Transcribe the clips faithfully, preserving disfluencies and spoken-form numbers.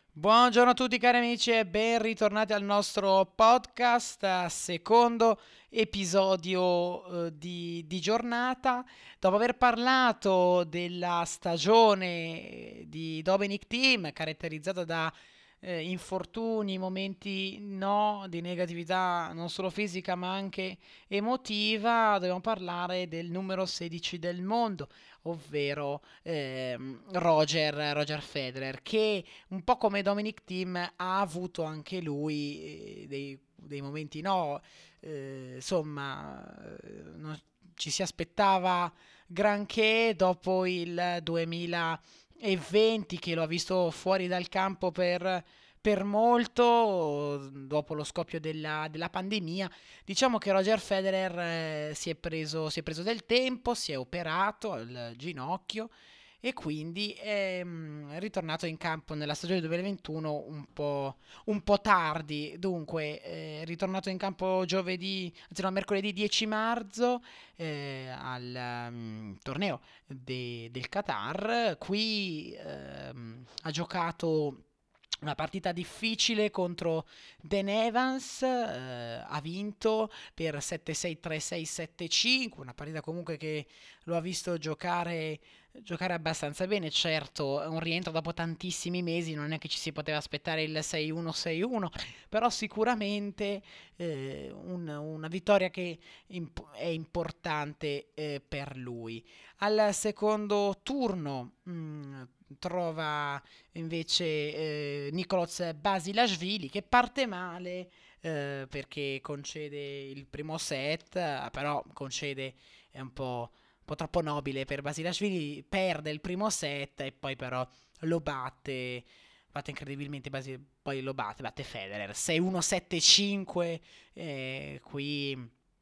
Buongiorno a tutti cari amici e ben ritornati al nostro podcast, eh, secondo episodio eh, di, di giornata. Dopo aver parlato della stagione di Dominic Thiem, caratterizzata da eh, infortuni, momenti no, di negatività non solo fisica ma anche emotiva, dobbiamo parlare del numero sedici del mondo, ovvero ehm, Roger, Roger Federer, che un po' come Dominic Thiem ha avuto anche lui eh, dei, dei momenti no, eh, insomma, eh, non ci si aspettava granché dopo il duemilaventi che lo ha visto fuori dal campo per, per molto, dopo lo scoppio della, della pandemia. Diciamo che Roger Federer eh, si è preso, si è preso del tempo, si è operato al ginocchio e quindi è mm, ritornato in campo nella stagione duemilaventuno un po', un po' tardi. Dunque, è ritornato in campo giovedì, anzi no, mercoledì dieci marzo eh, al mm, torneo de- del Qatar. Qui ehm, ha giocato una partita difficile contro Dan Evans, eh, ha vinto per sette sei tre sei sette cinque, una partita comunque che lo ha visto giocare giocare abbastanza bene. Certo, è un rientro dopo tantissimi mesi, non è che ci si poteva aspettare il sei uno sei uno, però sicuramente eh, un- una vittoria che imp- è importante eh, per lui. Al secondo turno mh, trova invece eh, Nicolas Basilashvili che parte male eh, perché concede il primo set, eh, però concede è un po' un po' troppo nobile per Basilashvili, perde il primo set e poi però lo batte, batte incredibilmente, Basi- poi lo batte, batte Federer, sei uno sette cinque, eh, qui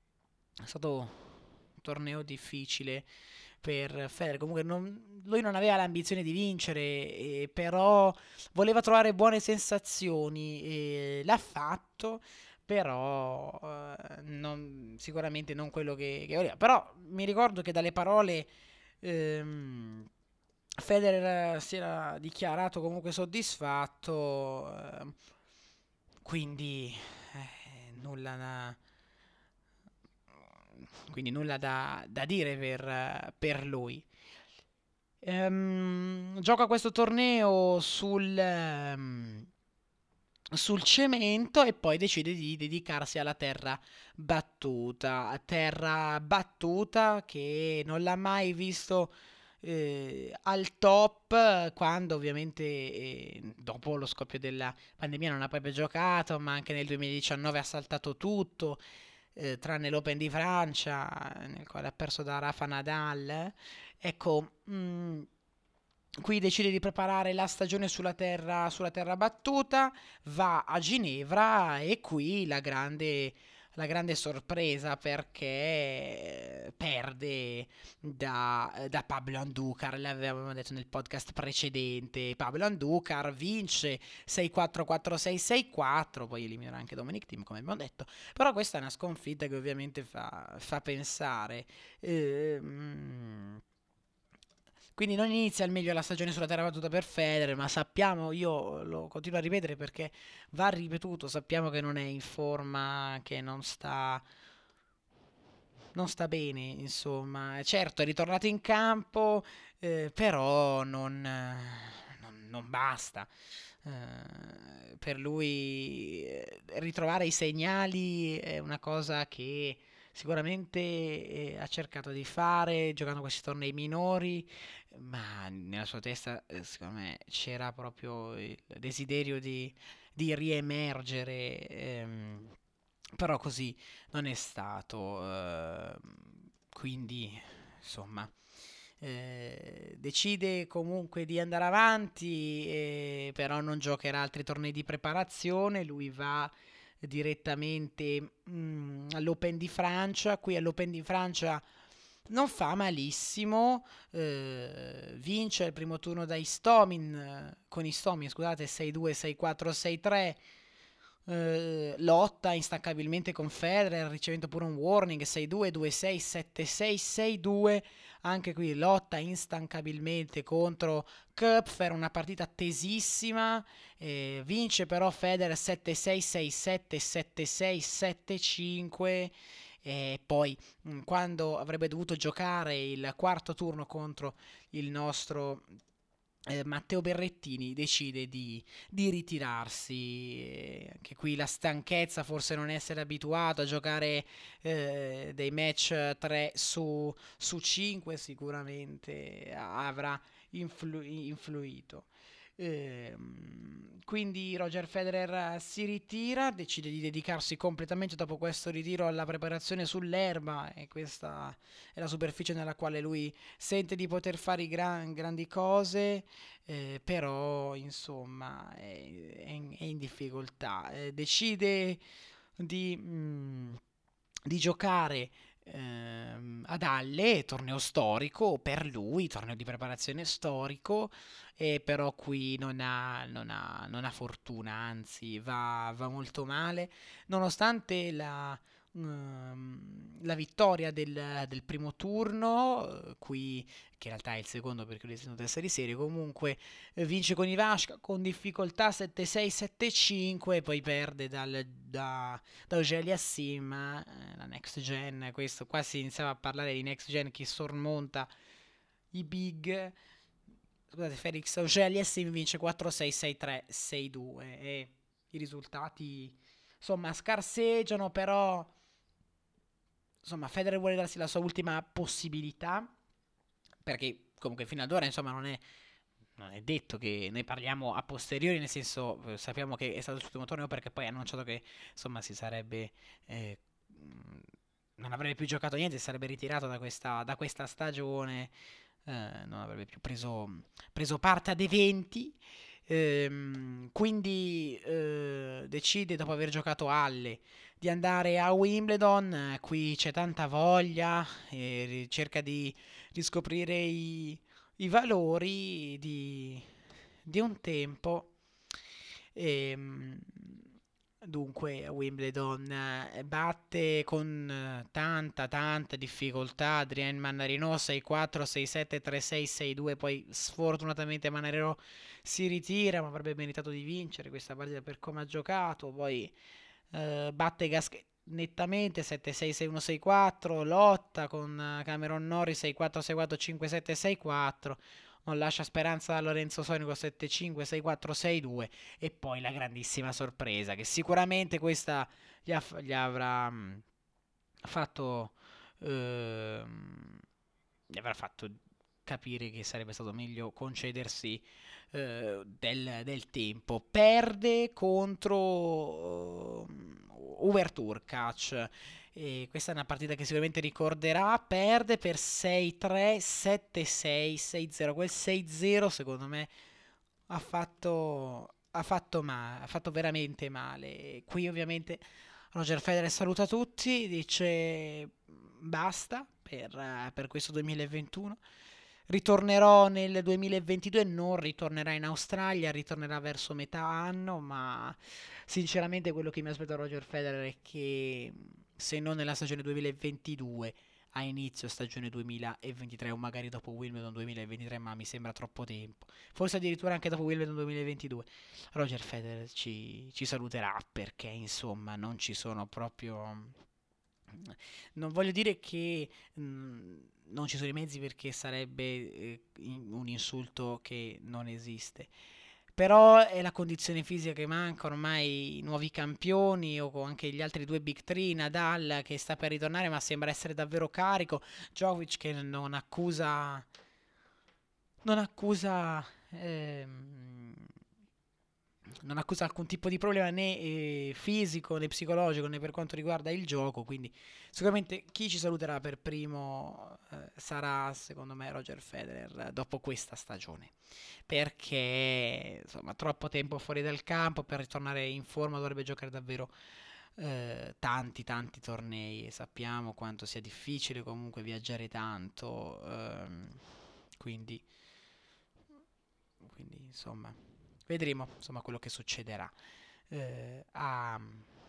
è stato un torneo difficile per Federer, comunque non- lui non aveva l'ambizione di vincere, eh, però voleva trovare buone sensazioni e l'ha fatto, però eh, non- sicuramente non quello che, che voleva. Però mi ricordo che dalle parole ehm, Federer si era dichiarato comunque soddisfatto, ehm, quindi eh, nulla da, quindi nulla da, da dire per, eh, per lui. Ehm, gioca questo torneo sul, ehm, sul cemento e poi decide di dedicarsi alla terra battuta. Terra battuta che non l'ha mai visto eh, al top, quando ovviamente eh, dopo lo scoppio della pandemia non ha proprio giocato, ma anche nel duemiladiciannove ha saltato tutto, eh, tranne l'Open di Francia, nel quale ha perso da Rafa Nadal. Ecco, mh, qui decide di preparare la stagione sulla terra, sulla terra battuta, va a Ginevra e qui la grande, la grande sorpresa perché perde da, da Pablo Andujar, l'avevamo detto nel podcast precedente. Pablo Andujar vince sei quattro quattro sei sei quattro, poi elimina anche Dominic Thiem come abbiamo detto, però questa è una sconfitta che ovviamente fa, fa pensare. Ehm, quindi non inizia al meglio la stagione sulla terra battuta per Federer, ma sappiamo, io lo continuo a ripetere perché va ripetuto, sappiamo che non è in forma, che non sta, non sta bene, insomma. Certo, è ritornato in campo, eh, però non, eh, non- non basta. Eh, per lui eh, ritrovare i segnali è una cosa che sicuramente eh, ha cercato di fare giocando questi tornei minori, ma nella sua testa, eh, secondo me, c'era proprio il desiderio di, di riemergere, ehm, però così non è stato. ehm, quindi, insomma, eh, decide comunque di andare avanti, eh, però non giocherà altri tornei di preparazione. Lui va direttamente mm, all'Open di Francia. Qui all'Open di Francia non fa malissimo, eh, vince il primo turno da Istomin, eh, con Istomin, scusate, sei due, sei quattro, sei tre, eh, lotta instancabilimente con Federer, ricevendo pure un warning sei due, due sei, sette sei, sei due. Anche qui lotta instancabilmente contro Köpfer, una partita tesissima. Eh, vince però Federer sette sei, sei sette, sette sei, sette cinque. E poi mh, quando avrebbe dovuto giocare il quarto turno contro il nostro eh, Matteo Berrettini, decide di, di ritirarsi. Eh, anche qui la stanchezza, forse non essere abituato a giocare eh, dei match tre su, su cinque, sicuramente avrà influ- influito. Ehm, quindi Roger Federer si ritira, decide di dedicarsi completamente dopo questo ritiro alla preparazione sull'erba, e questa è la superficie nella quale lui sente di poter fare i gran- grandi cose. Eh, però insomma è, è in, è in difficoltà. Eh, decide di, mm, di giocare ehm, ad Halle, torneo storico per lui, torneo di preparazione storico, e però qui non ha, non ha, non ha fortuna, anzi va, va molto male, nonostante la, ehm, la vittoria del, del primo turno, eh, qui che in realtà è il secondo perché lui è tenuto testa di serie, comunque eh, vince con Ivashka con difficoltà sette sei, sette cinque, poi perde dal, da, da Augelia Sim, eh, la next gen. Questo qua si iniziava a parlare di next gen che sormonta i big. Scusate, Felix Augelia Sim vince quattro sei, sei tre, sei due, e i risultati insomma scarseggiano, però insomma Federer vuole darsi la sua ultima possibilità, perché comunque fino ad ora insomma non è non è detto che noi parliamo a posteriori, nel senso eh, sappiamo che è stato il suo ultimo torneo perché poi ha annunciato che insomma si sarebbe eh, mh, non avrebbe più giocato niente, si sarebbe ritirato da questa, da questa stagione, eh, non avrebbe più preso, preso parte ad eventi. Ehm, quindi eh, decide, dopo aver giocato Halle, di andare a Wimbledon. Eh, qui c'è tanta voglia, e cerca di riscoprire i, i valori di, di un tempo. Ehm, Dunque a Wimbledon eh, batte con eh, tanta tanta difficoltà Adrien Mannarino sei quattro, sei sette, tre sei, sei due. Poi sfortunatamente Mannarino si ritira, ma avrebbe meritato di vincere questa partita per come ha giocato. Poi eh, batte Gasquet nettamente sette sei, sei uno, sei quattro, lotta con eh, Cameron Norris sei quattro, sei quattro, cinque sette, sei quattro, non lascia speranza da Lorenzo Sonico sette cinque, sei quattro, sei due. E poi la grandissima sorpresa che sicuramente questa gli, ha- gli avrà mh, fatto ehm, gli avrà fatto capire che sarebbe stato meglio concedersi eh, del, del tempo. Perde contro uh, Overturkac. E questa è una partita che sicuramente ricorderà. Perde per sei tre, sette sei, sei zero. Quel sei zero secondo me ha fatto, ha fatto, ma- ha fatto veramente male. Qui ovviamente Roger Federer saluta tutti, dice basta per, eh, per questo duemilaventuno. Ritornerò nel duemilaventidue, non ritornerà in Australia, ritornerà verso metà anno, ma sinceramente quello che mi aspetta Roger Federer è che se non nella stagione duemilaventidue, a inizio stagione duemilaventitré, o magari dopo Wimbledon duemilaventitré, ma mi sembra troppo tempo. Forse addirittura anche dopo Wimbledon duemilaventidue. Roger Federer ci, ci saluterà, perché insomma non ci sono proprio... Non voglio dire che mh, non ci sono i mezzi, perché sarebbe eh, in- un insulto che non esiste. Però è la condizione fisica che manca, ormai i nuovi campioni o anche gli altri due Big Three, Nadal che sta per ritornare ma sembra essere davvero carico, Djokovic che non accusa non accusa ehm, non accusa alcun tipo di problema né eh, fisico né psicologico né per quanto riguarda il gioco, quindi sicuramente chi ci saluterà per primo eh, sarà secondo me Roger Federer dopo questa stagione, perché insomma troppo tempo fuori dal campo, per ritornare in forma dovrebbe giocare davvero eh, tanti tanti tornei, e sappiamo quanto sia difficile comunque viaggiare tanto, ehm, quindi quindi insomma vedremo insomma quello che succederà. eh, a,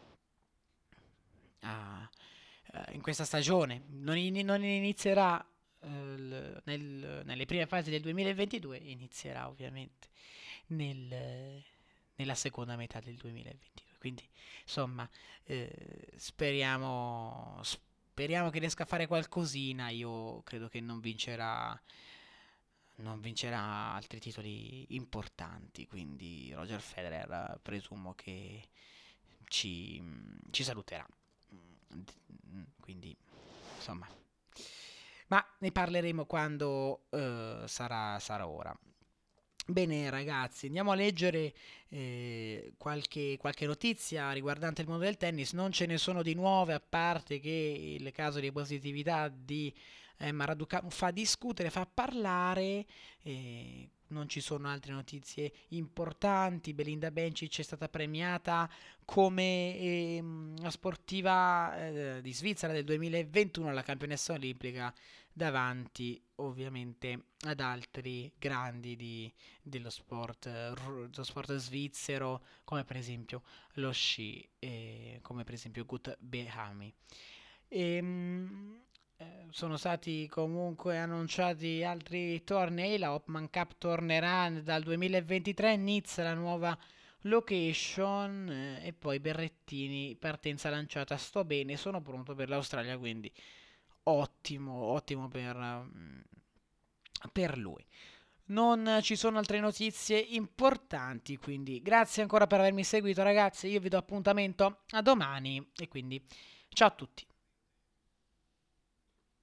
a- eh, in questa stagione. Non, in- non inizierà eh, il- nel- nelle prime fasi del duemilaventidue, inizierà ovviamente nel- nella seconda metà del duemilaventidue. Quindi, insomma, eh, speriamo, speriamo che riesca a fare qualcosina. Io credo che non vincerà, non vincerà altri titoli importanti. Quindi, Roger Federer, eh, presumo che ci, ci saluterà. Mm, Quindi, insomma, ma ne parleremo quando eh, sarà, sarà ora. Bene ragazzi, andiamo a leggere eh, qualche, qualche notizia riguardante il mondo del tennis. Non ce ne sono di nuove, a parte che il caso di positività di Emma Raducanu fa discutere, fa parlare. eh, non ci sono altre notizie importanti. Belinda Bencic è stata premiata come ehm, la sportiva eh, di Svizzera del duemilaventuno, la campionessa olimpica, davanti ovviamente ad altri grandi di dello sport, eh, ru- dello sport svizzero, come per esempio lo sci, e come per esempio Gut Behami. Ehm, eh, sono stati comunque annunciati altri tornei, la Hopman Cup tornerà dal duemilaventitré, Nizza la nuova location, eh, e poi Berrettini, partenza lanciata, sto bene, sono pronto per l'Australia, quindi ottimo, ottimo per, mm, per lui. Non ci sono altre notizie importanti, quindi grazie ancora per avermi seguito ragazzi, io vi do appuntamento a domani e quindi ciao a tutti.